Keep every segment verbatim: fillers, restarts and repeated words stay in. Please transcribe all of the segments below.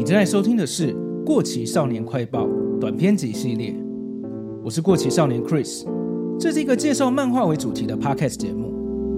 正在收听的是《过期少年快报》短篇集系列，我是过期少年 Chris， 这是一个介绍漫画为主题的 Podcast 节目。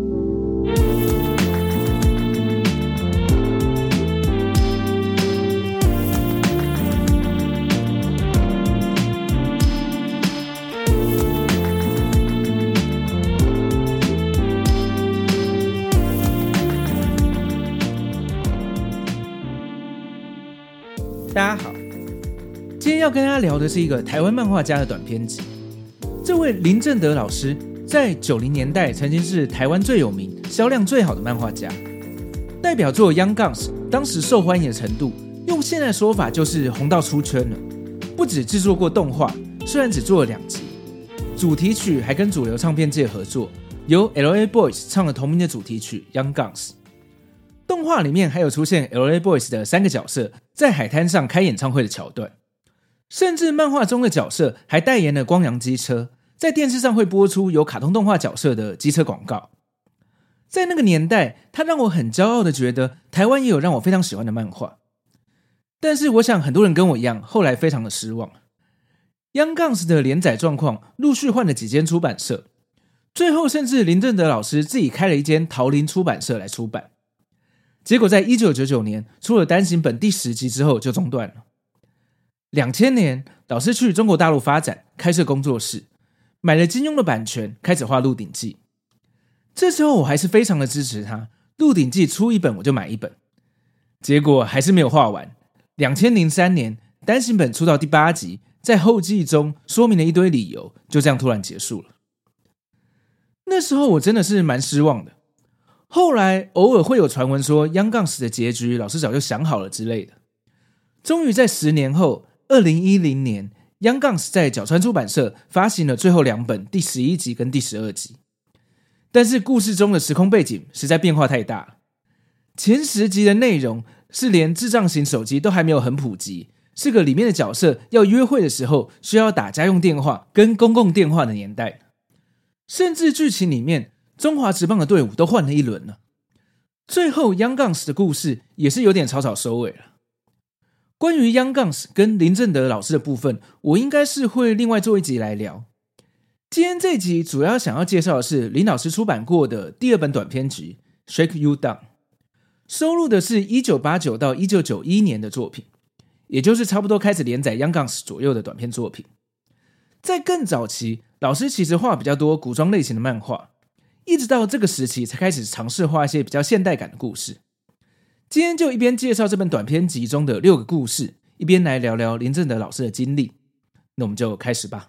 大家好，今天要跟大家聊的是一个台湾漫画家的短篇集。这位林正德老师在九零年代曾经是台湾最有名、销量最好的漫画家，代表作《Young Guns》当时受欢迎的程度，用现在的说法就是红到出圈了。不止制作过动画，虽然只做了两集，主题曲还跟主流唱片界合作，由 L A Boys 唱了同名的主题曲《Young Guns》。动画里面还有出现 L A Boys 的三个角色在海滩上开演唱会的桥段，甚至漫画中的角色还代言了光阳机车，在电视上会播出有卡通动画角色的机车广告。在那个年代，它让我很骄傲的觉得台湾也有让我非常喜欢的漫画。但是我想很多人跟我一样，后来非常的失望。Young Guns 的连载状况陆续换了几间出版社，最后甚至林正德老师自己开了一间桃林出版社来出版。结果在一九九九年出了单行本第十集之后就中断了。两千年，老师去中国大陆发展，开设工作室，买了金庸的版权，开始画《鹿鼎记》。这时候我还是非常的支持他，《鹿鼎记》出一本我就买一本。结果还是没有画完。两千零三年，单行本出到第八集，在后记中说明了一堆理由，就这样突然结束了。那时候我真的是蛮失望的。后来偶尔会有传闻说 Young Guns 的结局老师早就想好了之类的。终于在十年后二零一零年 Young Guns 在角川出版社发行了最后两本第十一集跟第十二集。但是故事中的时空背景实在变化太大了。前十集的内容是连智障型手机都还没有很普及，是个里面的角色要约会的时候需要打家用电话跟公共电话的年代。甚至剧情里面中华职棒的队伍都换了一轮了。最后 Young Guns 的故事也是有点草草收尾了。关于 Young Guns 跟林正德老师的部分，我应该是会另外做一集来聊。今天这集主要想要介绍的是林老师出版过的第二本短篇集 Shake You Down， 收录的是一九八九到一九九一年的作品，也就是差不多开始连载 Young Guns 左右的短篇作品。在更早期，老师其实画比较多古装类型的漫画，一直到这个时期才开始尝试画一些比较现代感的故事。今天就一边介绍这本短篇集中的六个故事，一边来聊聊林正德老师的经历。那我们就开始吧。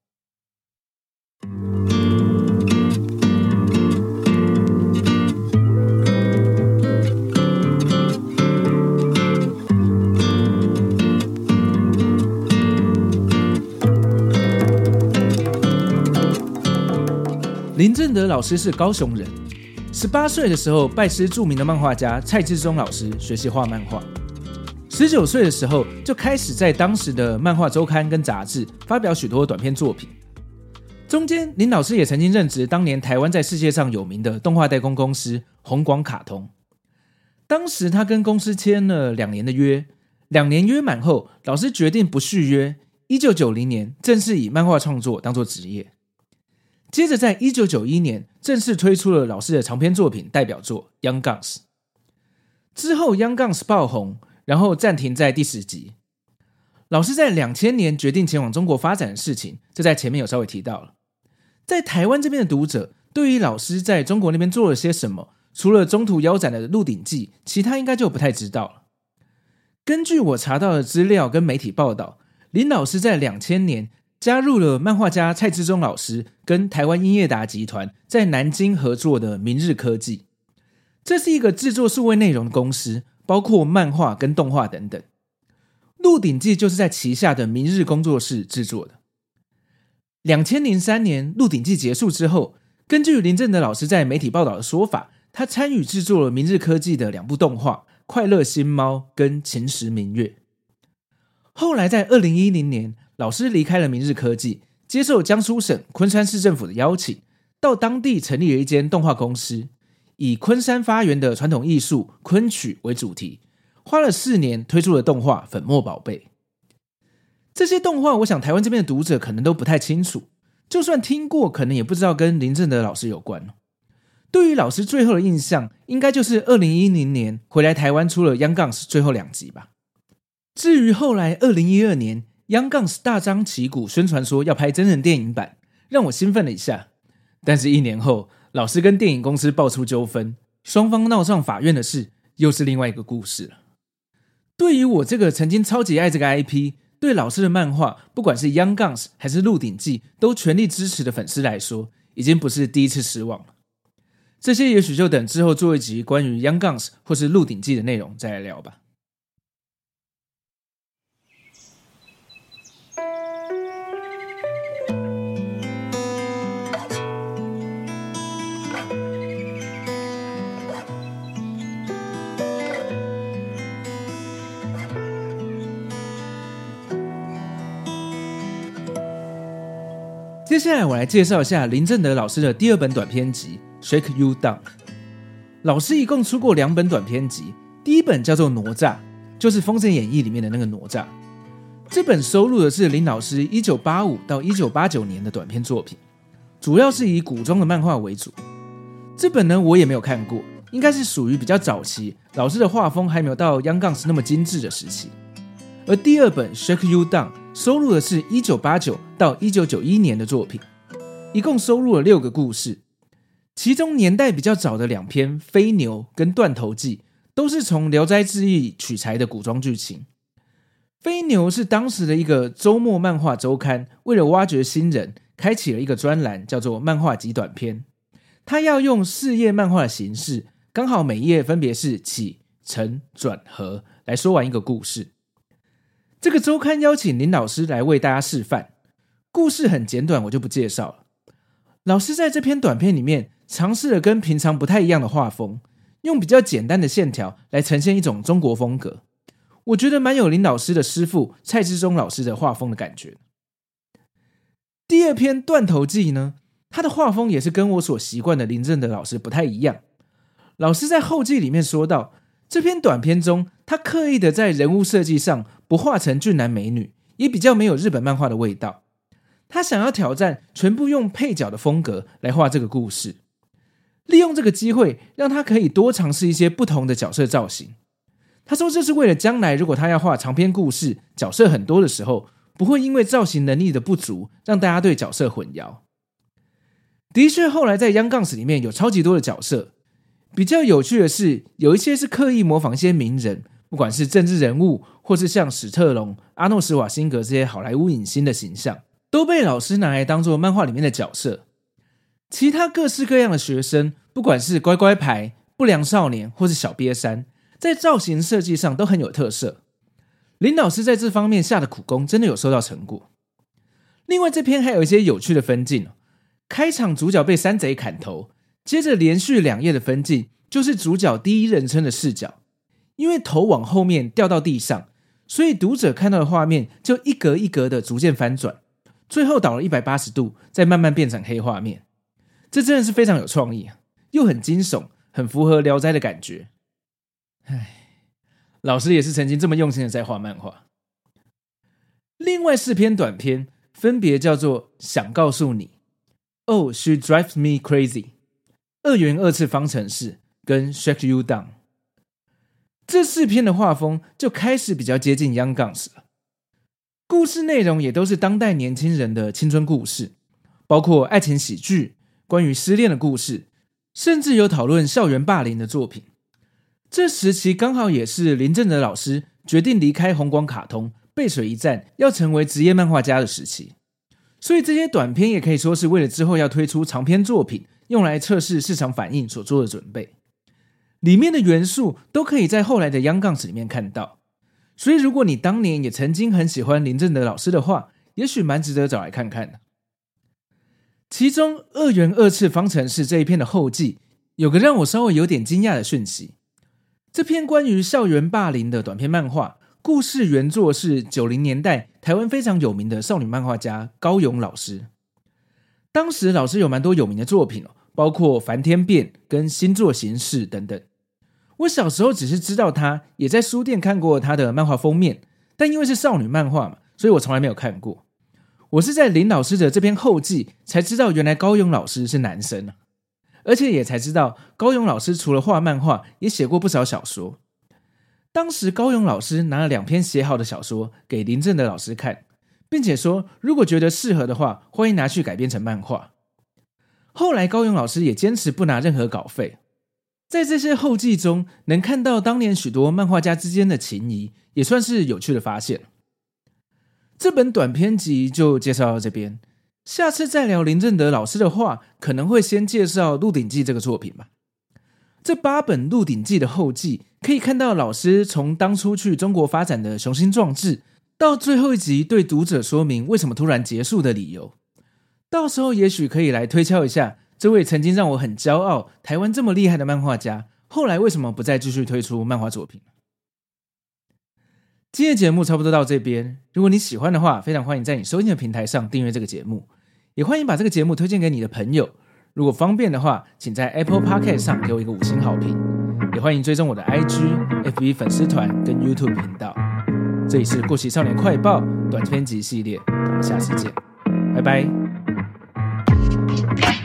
林正德老师是高雄人，十八岁的时候拜师著名的漫画家蔡志忠老师学习画漫画。十九岁的时候就开始在当时的漫画周刊跟杂志发表许多短篇作品。中间林老师也曾经任职当年台湾在世界上有名的动画代工公司宏广卡通。当时他跟公司签了两年的约，两年约满后，老师决定不续约，一九九零年正式以漫画创作当作职业。接着在一九九一年正式推出了老师的长篇作品代表作 Young Guns。 之后 Young Guns 爆红，然后暂停在第十集。老师在两千年决定前往中国发展的事情，这在前面有稍微提到了。在台湾这边的读者对于老师在中国那边做了些什么，除了中途腰斩的《鹿鼎记》，其他应该就不太知道了。根据我查到的资料跟媒体报道，林老师在两千年加入了漫画家蔡志忠老师跟台湾英业达集团在南京合作的明日科技。这是一个制作数位内容的公司，包括漫画跟动画等等。鹿鼎记就是在旗下的明日工作室制作的。二零零三年鹿鼎记结束之后，根据林正德老师在媒体报道的说法，他参与制作了明日科技的两部动画《快乐新猫》跟《秦时明月》。后来在二零一零年，老师离开了明日科技，接受江苏省昆山市政府的邀请，到当地成立了一间动画公司，以昆山发源的传统艺术昆曲为主题， 花了四年推出了动画《粉墨宝贝》。这些动画我想台湾这边的读者可能都不太清楚，就算听过可能也不知道跟林正德老师有关。对于老师最后的印象应该就是二零一零年回来台湾出了 Young Guns 最后两集吧。至于后来二零一二年 Young Guns 大张旗鼓宣传说要拍真人电影版，让我兴奋了一下，但是一年后老师跟电影公司爆出纠纷，双方闹上法院的事又是另外一个故事了。对于我这个曾经超级爱这个 I P， 对老师的漫画不管是 Young Guns 还是鹿鼎记都全力支持的粉丝来说，已经不是第一次失望了。这些也许就等之后做一集关于 Young Guns 或是鹿鼎记的内容再来聊吧。接下来我来介绍一下林正德老师的第二本短篇集 Shake You Down。 老师一共出过两本短篇集，第一本叫做哪吒，就是《封神演义》里面的那个哪吒。这本收录的是林老师一九八五到一九八九年的短篇作品，主要是以古装的漫画为主。这本呢我也没有看过，应该是属于比较早期，老师的画风还没有到 Young Guns 那么精致的时期。而第二本 Shake You Down 收录的是一九八九到一九九一年的作品，一共收录了六个故事，其中年代比较早的两篇《飞牛》跟《断头记》都是从《聊斋志异》取材的古装剧情。《飞牛》是当时的一个周末漫画周刊，为了挖掘新人，开启了一个专栏，叫做漫画及短篇。他要用四页漫画的形式，刚好每页分别是起、承、转、合，来说完一个故事。这个周刊邀请林老师来为大家示范，故事很简短，我就不介绍了。老师在这篇短片里面尝试了跟平常不太一样的画风，用比较简单的线条来呈现一种中国风格，我觉得蛮有林老师的师父蔡志忠老师的画风的感觉。第二篇《断头记》呢，他的画风也是跟我所习惯的林正德老师不太一样。老师在后记里面说到，这篇短片中他刻意的在人物设计上不画成俊男美女，也比较没有日本漫画的味道。他想要挑战全部用配角的风格来画这个故事，利用这个机会让他可以多尝试一些不同的角色造型。他说这是为了将来如果他要画长篇故事，角色很多的时候，不会因为造型能力的不足让大家对角色混淆。的确后来在 Young Guns 里面有超级多的角色，比较有趣的是有一些是刻意模仿一些名人，不管是政治人物或是像史特龙、阿诺·施瓦辛格这些好莱坞影星的形象，都被老师拿来当作漫画里面的角色。其他各式各样的学生，不管是乖乖牌、不良少年或是小瘪三，在造型设计上都很有特色。林老师在这方面下的苦功真的有收到成果。另外这篇还有一些有趣的分镜，开场主角被山贼砍头，接着连续两页的分镜就是主角第一人称的视角，因为头往后面掉到地上，所以读者看到的画面就一格一格的逐渐翻转，最后倒了一百八十度，再慢慢变成黑画面。这真的是非常有创意，又很惊悚，很符合聊斋的感觉。唉，老师也是曾经这么用心的在画漫画。另外四篇短篇分别叫做想告诉你、Oh She Drives Me Crazy、二元二次方程式跟 Shake You Down。 这四篇的画风就开始比较接近 Young Guns 了，故事内容也都是当代年轻人的青春故事，包括爱情喜剧、关于失恋的故事，甚至有讨论校园霸凌的作品。这时期刚好也是林正德老师决定离开红广卡通，背水一战，要成为职业漫画家的时期。所以这些短篇也可以说是为了之后要推出长篇作品，用来测试市场反应所做的准备。里面的元素都可以在后来的 Young Guns 里面看到。所以如果你当年也曾经很喜欢林正德老师的话，也许蛮值得找来看看的。其中二元二次方程式这一篇的后记有个让我稍微有点惊讶的讯息。这篇关于校园霸凌的短篇漫画，故事原作是九零年代台湾非常有名的少女漫画家高永老师。当时老师有蛮多有名的作品，包括《梵天变》跟《星座形式》等等。 我小时候只是知道她，也在书店看过她的漫画封面，但因为是少女漫画嘛，所以我从来没有看过。我是在林老师的这篇后记才知道原来高永老师是男生，而且也才知道高永老师除了画漫画也写过不少小说。当时高永老师拿了两篇写好的小说给林正德老师看，并且说如果觉得适合的话，欢迎拿去改编成漫画。后来高永老师也坚持不拿任何稿费。在这些后记中能看到当年许多漫画家之间的情谊，也算是有趣的发现。这本短篇集就介绍到这边，下次再聊林正德老师的话，可能会先介绍《鹿鼎记》这个作品吧。这八本《鹿鼎记》的后记可以看到老师从当初去中国发展的雄心壮志，到最后一集对读者说明为什么突然结束的理由。到时候也许可以来推敲一下，这位曾经让我很骄傲台湾这么厉害的漫画家，后来为什么不再继续推出漫画作品。今天的节目差不多到这边，如果你喜欢的话，非常欢迎在你收听的平台上订阅这个节目，也欢迎把这个节目推荐给你的朋友。如果方便的话，请在 Apple Podcast 上给我一个五星好评，也欢迎追踪我的 I G、F B 粉丝团跟 YouTube 频道。这里是过期少年快报短篇集系列，我们下次见，拜拜。